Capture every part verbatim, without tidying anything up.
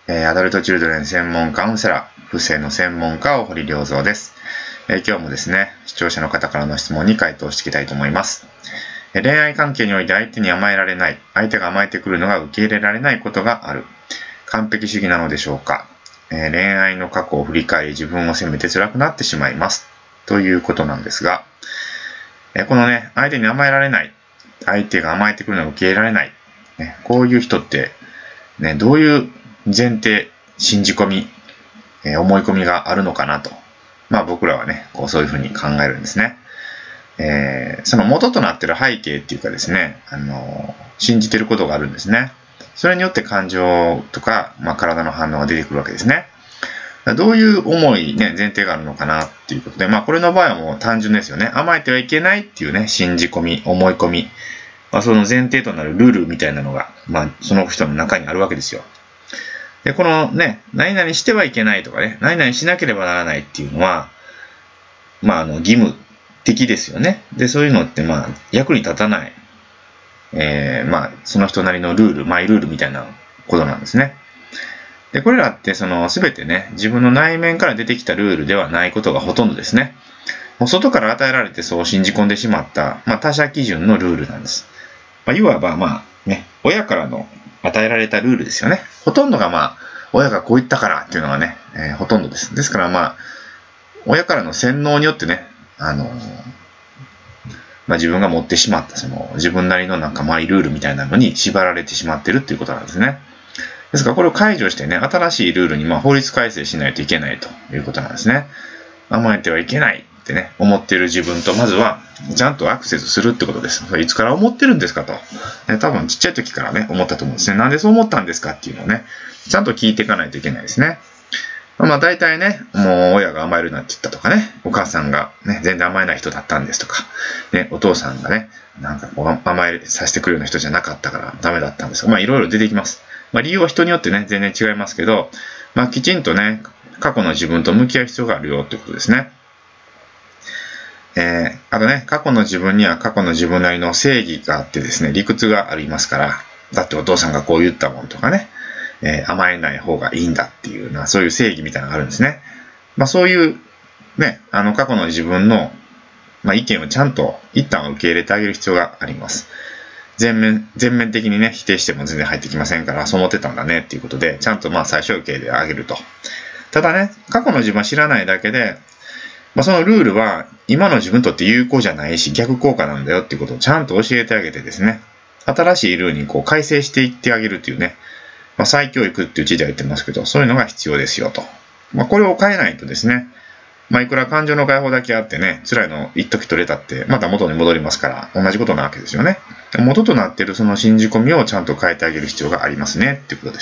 えー、アダルトチルドレン専門カウンセラー、不正の専門家、大堀良三です、えー。今日もですね、視聴者の方からの質問に回答していきたいと思います。えー、恋愛関係において相手に甘えられない、相手が甘えてくるのが受け入れられないことがある。完璧主義なのでしょうか。えー、恋愛の過去を振り返り自分を責めて辛くなってしまいます。ということなんですが、えー、このね、相手に甘えられない、相手が甘えてくるのが受け入れられない、ね、こういう人って、ね、どういう前提、信じ込み、えー、思い込みがあるのかなと。まあ僕らはね、こうそういうふうに考えるんですね。えー、その元となっている背景っていうかですね、あのー、信じていることがあるんですね。それによって感情とか、まあ、体の反応が出てくるわけですね。どういう思い、ね、前提があるのかなっていうことで、まあこれの場合はもう単純ですよね。甘えてはいけないっていうね、信じ込み、思い込み、まあ、その前提となるルールみたいなのが、まあその人の中にあるわけですよ。で、このね、何々してはいけないとかね、何々しなければならないっていうのは、まああの義務的ですよね。で、そういうのってまあ役に立たない、えー、まあその人なりのルール、マイルールみたいなことなんですね。で、これらってその全てね、自分の内面から出てきたルールではないことがほとんどですね。もう外から与えられてそう信じ込んでしまった、まあ、他者基準のルールなんです。まあ、いわばまあね、親からの与えられたルールですよね。ほとんどがまあ、親がこう言ったからっていうのがね、えー、ほとんどです。ですからまあ、親からの洗脳によってね、あのー、まあ、自分が持ってしまったその自分なりのなんかマイルールみたいなのに縛られてしまってるっていうことなんですね。ですからこれを解除してね、新しいルールにまあ法律改正しないといけないということなんですね。甘えてはいけないってね、思っている自分とまずはちゃんとアクセスするってことです。いつから思ってるんですかと。ね、多分ちっちゃい時からね、思ったと思うんですね。なんでそう思ったんですかっていうのをね、ちゃんと聞いていかないといけないですね。まあ大体ね、もう親が甘えるなって言ったとかね、お母さんがね、全然甘えない人だったんですとか、ね、お父さんがね、なんか甘えさせてくるような人じゃなかったからダメだったんですとか、まあいろいろ出てきます。まあ理由は人によってね、全然違いますけど、まあきちんとね、過去の自分と向き合う必要があるよってことですね。えー、あとね、過去の自分には過去の自分なりの正義があってですね、理屈がありますから、だってお父さんがこう言ったもんとかね、えー、甘えない方がいいんだっていうな、そういう正義みたいなのがあるんですね。まあそういう、ね、あの過去の自分の、まあ、意見をちゃんと一旦受け入れてあげる必要があります。全面、全面的にね、否定しても全然入ってきませんから、そう思ってたんだねっていうことで、ちゃんとまあ最初受け入れてあげると。ただね、過去の自分は知らないだけで、まあ、そのルールは今の自分にとって有効じゃないし逆効果なんだよっていうことをちゃんと教えてあげてですね、新しいルールにこう改正していってあげるっていうね、まあ、再教育っていう時代は言ってますけど、そういうのが必要ですよと。まあ、これを変えないとですね、まあ、いくら感情の解放だけあってね、辛いの一時取れたって、また元に戻りますから、同じことなわけですよね。元となっているその信じ込みをちゃんと変えてあげる必要がありますねっていうことです。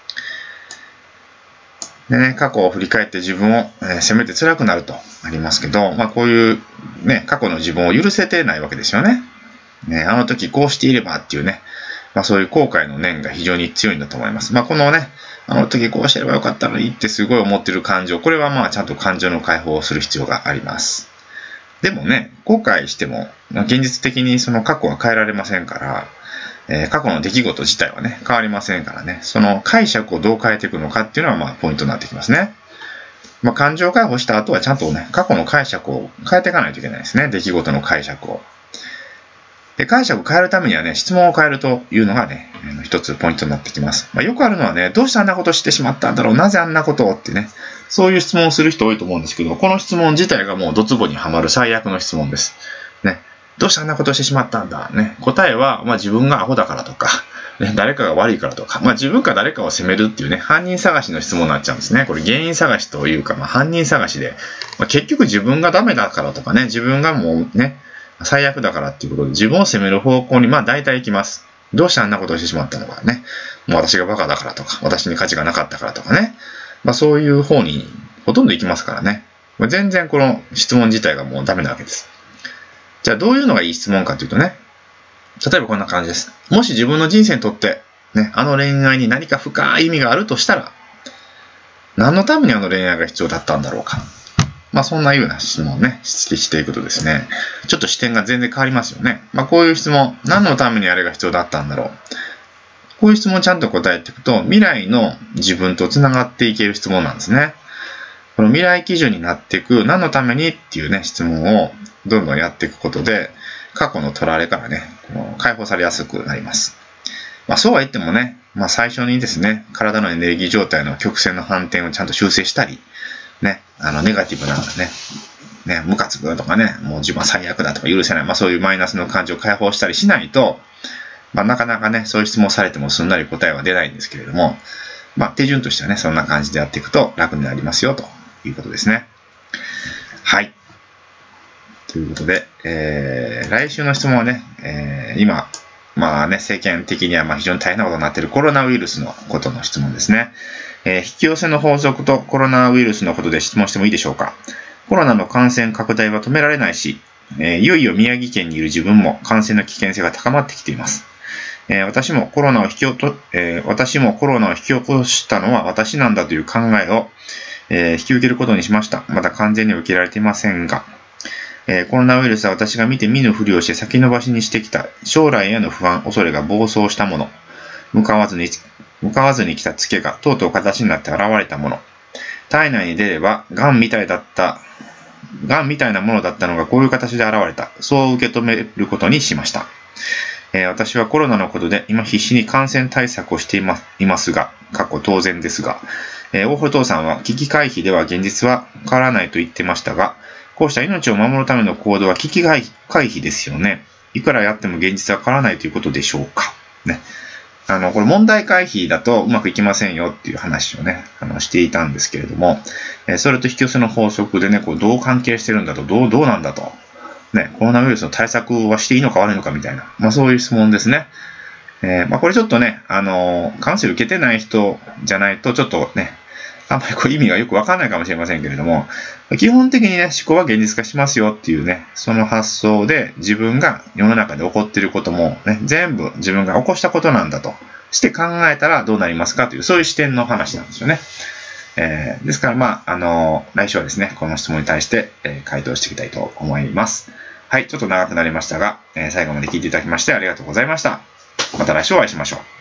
でね、過去を振り返って自分を、えー、責めて辛くなるとありますけど、まあこういうね、過去の自分を許せてないわけですよね。ね、あの時こうしていればっていうね、まあそういう後悔の念が非常に強いんだと思います。まあこのね、あの時こうしてればよかったのにってすごい思ってる感情、これはまあちゃんと感情の解放をする必要があります。でもね、後悔しても、まあ、現実的にその過去は変えられませんから、えー、過去の出来事自体はね、変わりませんからね、その解釈をどう変えていくのかっていうのはまあポイントになってきますね。まあ、感情解放した後はちゃんとね、過去の解釈を変えていかないといけないですね。出来事の解釈を。で、解釈を変えるためにはね、質問を変えるというのがね、一つポイントになってきます。まあ、よくあるのはね、どうしてあんなことしてしまったんだろう、なぜあんなことをってね、そういう質問をする人多いと思うんですけど、この質問自体がもうドツボにはまる最悪の質問です。ね。どうしてあんなことをしてしまったんだね。答えは、まあ、自分がアホだからとか、ね、誰かが悪いからとか、まあ、自分か誰かを責めるっていうね、犯人探しの質問になっちゃうんですね。これ原因探しというか、まあ、犯人探しで、まあ、結局自分がダメだからとかね、自分がもうね、最悪だからっていうことで自分を責める方向にまあ大体行きます。どうしてあんなことをしてしまったのかね。もう私がバカだからとか、私に価値がなかったからとかね。まあそういう方にほとんど行きますからね。全然この質問自体がもうダメなわけです。じゃあどういうのがいい質問かというとね、例えばこんな感じです。もし自分の人生にとって、ね、あの恋愛に何か深い意味があるとしたら、何のためにあの恋愛が必要だったんだろうか。まあそんなような質問をね、していくとですね、ちょっと視点が全然変わりますよね。まあこういう質問、何のためにあれが必要だったんだろう。 こういう質問をちゃんと答えていくと、未来の自分とつながっていける質問なんですね。この未来基準になっていく、何のためにっていうね、質問をどんどんやっていくことで、過去のとらわれからね、解放されやすくなります。まあ、そうは言ってもね、まあ、最初にですね、体のエネルギー状態の曲線の反転をちゃんと修正したり、ね、あの、ネガティブなね、ね、ムカつくとかね、もう自分は最悪だとか許せない、まあそういうマイナスの感情を解放したりしないと、まあなかなかね、そういう質問されてもすんなり答えは出ないんですけれども、まあ手順としてはね、そんな感じでやっていくと楽になりますよということですね。はい。ということで、えー、来週の質問はね、えー、今、まあね、世間的にはまあ非常に大変なことになっているコロナウイルスのことの質問ですね。えー、引き寄せの法則とコロナウイルスのことで質問してもいいでしょうか。コロナの感染拡大は止められないし、えー、いよいよ宮城県にいる自分も感染の危険性が高まってきています。えー、私もコロナを引き起こ、えー、私もコロナを引き起こしたのは私なんだという考えを、えー、引き受けることにしました。まだ完全に受けられていませんが、えー、コロナウイルスは私が見て見ぬふりをして先延ばしにしてきた将来への不安、恐れが暴走したもの、向かわずに、向かわずに来たツケがとうとう形になって現れたもの、体内に出れば癌みたいだった、癌みたいなものだったのがこういう形で現れた。そう受け止めることにしました。えー、私はコロナのことで今必死に感染対策をしています、いますが、過去当然ですが、えー、大堀父さんは危機回避では現実は変わらないと言ってましたが、こうした命を守るための行動は危機回避ですよね。いくらやっても現実は変わらないということでしょうか。ね。あの、これ問題回避だとうまくいきませんよっていう話をね、あの、していたんですけれども、えー、それと引き寄せの法則でね、こう、どう関係してるんだと、どう、どうなんだと。ね、コロナウイルスの対策はしていいのか悪いのかみたいな。まあそういう質問ですね。えー、まあこれちょっとね、あのー、カウンセル受けてない人じゃないとちょっとね、あんまりこう意味がよくわかんないかもしれませんけれども、基本的にね、思考は現実化しますよっていうね、その発想で自分が世の中で起こっていることもね、全部自分が起こしたことなんだとして考えたらどうなりますかという、そういう視点の話なんですよね。えー、ですから、まあ、あのー、来週はですね、この質問に対して、えー、回答していきたいと思います。はい、ちょっと長くなりましたが、えー、最後まで聞いていただきましてありがとうございました。また来週お会いしましょう。